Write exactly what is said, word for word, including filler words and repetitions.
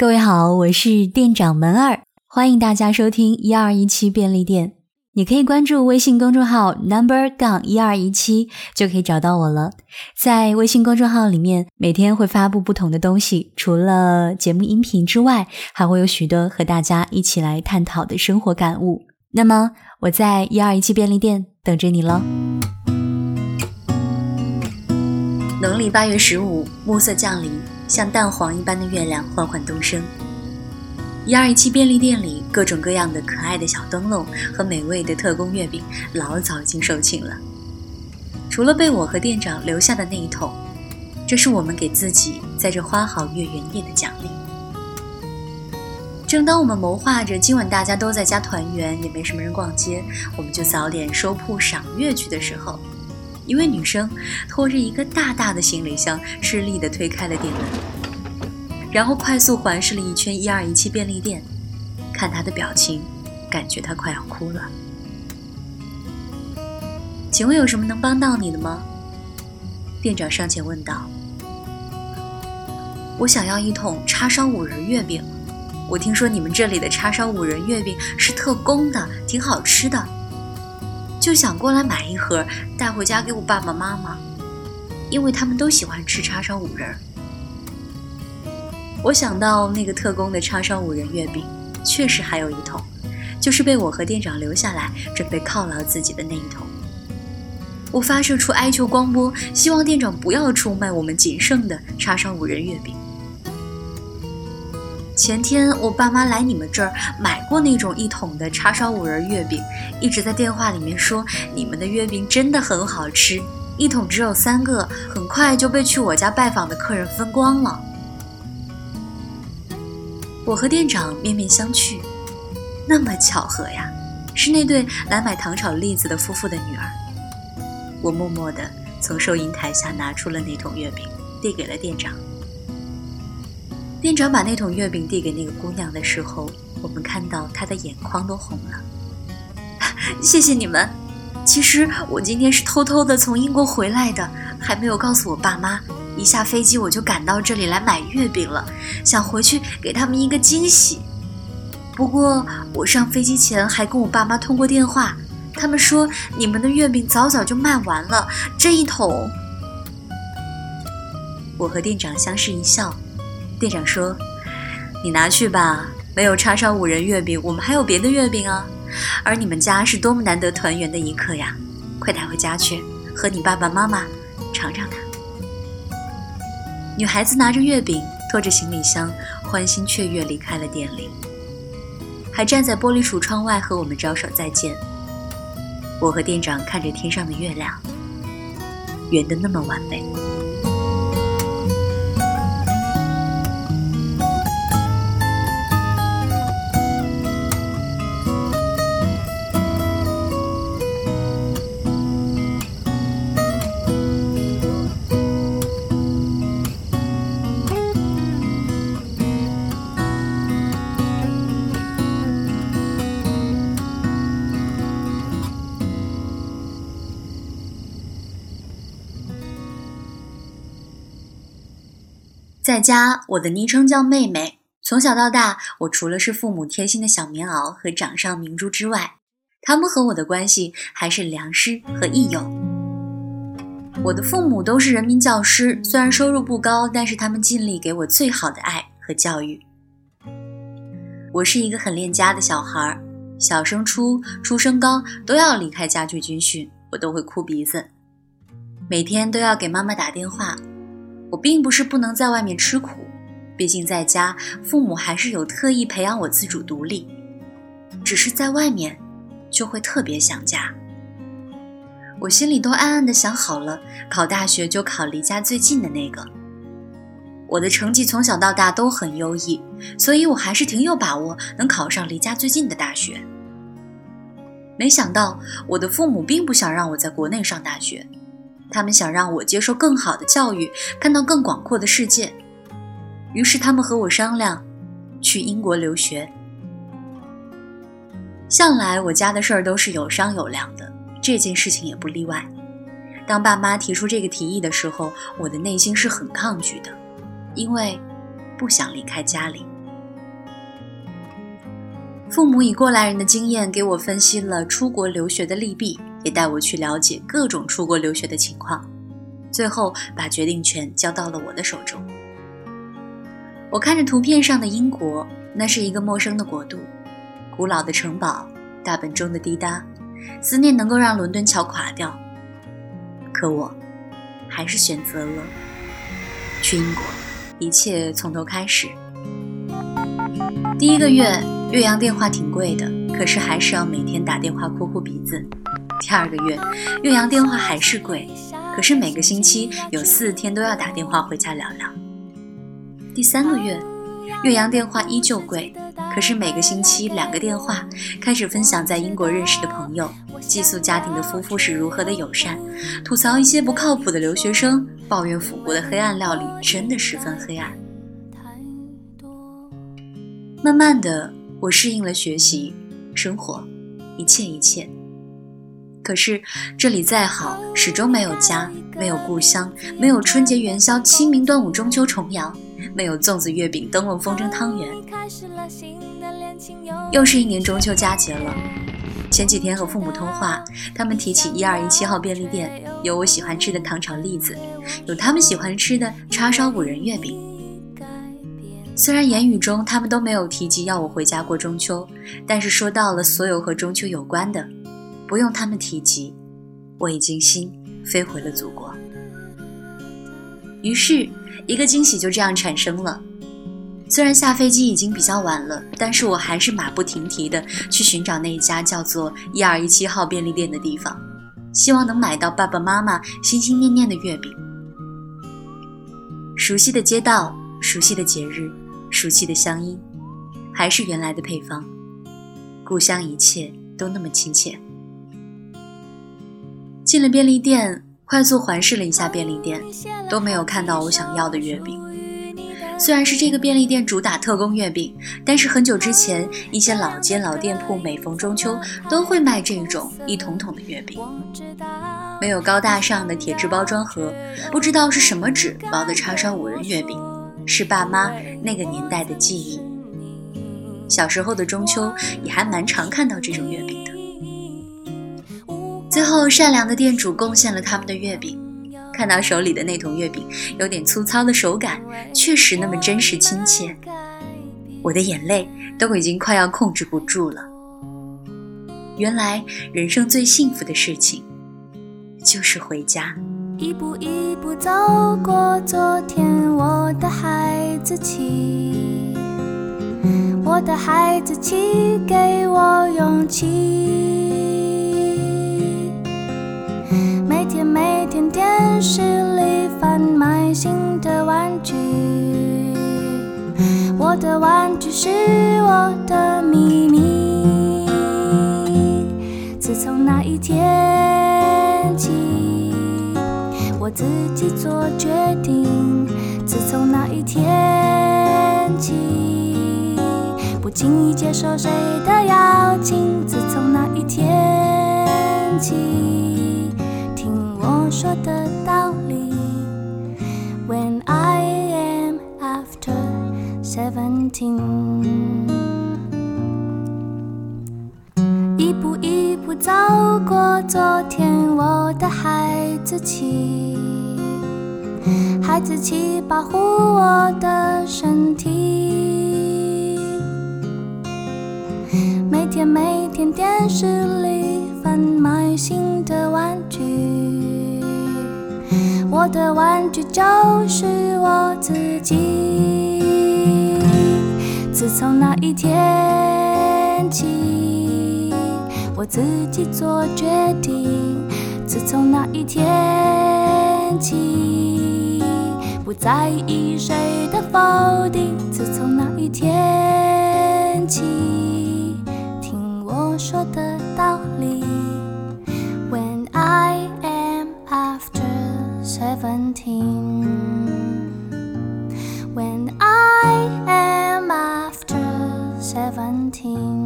各位好，我是店长门儿，欢迎大家收听一二一七便利店。你可以关注微信公众号 number 杠一二一七就可以找到我了。在微信公众号里面，每天会发布不同的东西，除了节目音频之外，还会有许多和大家一起来探讨的生活感悟。那么我在一二一七便利店等着你了。农历八月十五，暮色降临，像蛋黄一般的月亮缓缓东升。一二一七便利店里，各种各样的可爱的小灯笼和美味的特供月饼老早已经售罄了。除了被我和店长留下的那一桶，这是我们给自己在这花好月圆夜的奖励。正当我们谋划着今晚大家都在家团圆，也没什么人逛街，我们就早点收铺赏月去的时候，一位女生拖着一个大大的行李箱，吃力地推开了店门，然后快速环视了一圈一二一七便利店，看她的表情，感觉她快要哭了。请问有什么能帮到你的吗？店长上前问道。我想要一桶叉烧五仁月饼，我听说你们这里的叉烧五仁月饼是特供的，挺好吃的，就想过来买一盒带回家给我爸爸妈妈，因为他们都喜欢吃叉烧五仁。我想到那个特供的叉烧五仁月饼，确实还有一桶，就是被我和店长留下来准备犒劳自己的那一桶。我发射出哀求光波，希望店长不要出卖我们仅剩的叉烧五仁月饼。前天我爸妈来你们这儿买过那种一桶的叉烧五仁月饼，一直在电话里面说你们的月饼真的很好吃，一桶只有三个，很快就被去我家拜访的客人分光了。我和店长面面相觑，那么巧合呀，是那对来买糖炒栗子的夫妇的女儿。我默默地从收银台下拿出了那桶月饼，递给了店长。店长把那桶月饼递给那个姑娘的时候，我们看到她的眼眶都红了。谢谢你们，其实我今天是偷偷的从英国回来的，还没有告诉我爸妈，一下飞机我就赶到这里来买月饼了，想回去给他们一个惊喜。不过我上飞机前还跟我爸妈通过电话，他们说你们的月饼早早就卖完了，这一桶。我和店长相视一笑，店长说，你拿去吧，没有叉烧五仁月饼，我们还有别的月饼啊，而你们家是多么难得团圆的一刻呀，快带回家去，和你爸爸妈妈尝尝它。女孩子拿着月饼，拖着行李箱，欢欣雀跃离开了店里，还站在玻璃橱窗外和我们招手再见。我和店长看着天上的月亮，圆得那么完美。在家，我的昵称叫妹妹。从小到大，我除了是父母贴心的小棉袄和掌上明珠之外，他们和我的关系还是良师和益友。我的父母都是人民教师，虽然收入不高，但是他们尽力给我最好的爱和教育。我是一个很恋家的小孩，小升初、初升高都要离开家去军训，我都会哭鼻子，每天都要给妈妈打电话。我并不是不能在外面吃苦，毕竟在家父母还是有特意培养我自主独立，只是在外面就会特别想家。我心里都暗暗地想好了，考大学就考离家最近的那个。我的成绩从小到大都很优异，所以我还是挺有把握能考上离家最近的大学。没想到我的父母并不想让我在国内上大学，他们想让我接受更好的教育，看到更广阔的世界。于是他们和我商量去英国留学。向来我家的事儿都是有商有量的，这件事情也不例外。当爸妈提出这个提议的时候，我的内心是很抗拒的，因为不想离开家里， 父母以过来人的经验给我分析了出国留学的利弊，也带我去了解各种出国留学的情况，最后把决定权交到了我的手中。我看着图片上的英国，那是一个陌生的国度，古老的城堡，大本钟的滴答，思念能够让伦敦桥垮掉。可我还是选择了去英国，一切从头开始。第一个月岳阳电话挺贵的，可是还是要每天打电话哭哭鼻子。第二个月岳阳电话还是贵，可是每个星期有四天都要打电话回家聊聊。第三个月岳阳电话依旧贵，可是每个星期两个电话，开始分享在英国认识的朋友，寄宿家庭的夫妇是如何的友善，吐槽一些不靠谱的留学生，抱怨腐国的黑暗料理真的十分黑暗。慢慢的我适应了学习生活，一切一切。可是这里再好，始终没有家，没有故乡，没有春节元宵、清明、端午、中秋、重阳，没有粽子、月饼、灯笼、风筝、汤圆。又是一年中秋佳节了，前几天和父母通话，他们提起一二一七号便利店，有我喜欢吃的糖炒栗子，有他们喜欢吃的叉烧五仁月饼。虽然言语中他们都没有提及要我回家过中秋，但是说到了所有和中秋有关的，不用他们提及，我已经心飞回了祖国。于是一个惊喜就这样产生了。虽然下飞机已经比较晚了，但是我还是马不停蹄地去寻找那一家叫做一二一七号便利店的地方，希望能买到爸爸妈妈心心念念的月饼。熟悉的街道，熟悉的节日，熟悉的乡音，还是原来的配方，故乡一切都那么亲切。进了便利店，快速环视了一下便利店，都没有看到我想要的月饼。虽然是这个便利店主打特供月饼，但是很久之前一些老街老店铺每逢中秋都会卖这种一桶桶的月饼。没有高大上的铁质包装盒，不知道是什么纸包的叉烧五仁月饼，是爸妈那个年代的记忆。小时候的中秋也还蛮常看到这种月饼的。最后善良的店主贡献了他们的月饼，看到手里的那桶月饼有点粗糙的手感，确实那么真实亲切，我的眼泪都已经快要控制不住了。原来人生最幸福的事情就是回家。 一步一步走过昨天，我的孩子气，我的孩子气给我勇气。每天每天电视里贩卖新的玩具，我的玩具是我的秘密。自从那一天起，我自己做决定。自从那一天起，不轻易接受谁的邀请。自从那一天起，我说的道理。 When I am after seventeen， 一步一步走过昨天，我的孩子气，孩子气保护我的身体。每天每天电视里贩卖新的玩具，我的玩具就是我自己。自从那一天起，我自己做决定。自从那一天起，不在意谁的否定。自从那一天起，听我说的道理。When I am after seventeen, when I am after seventeen.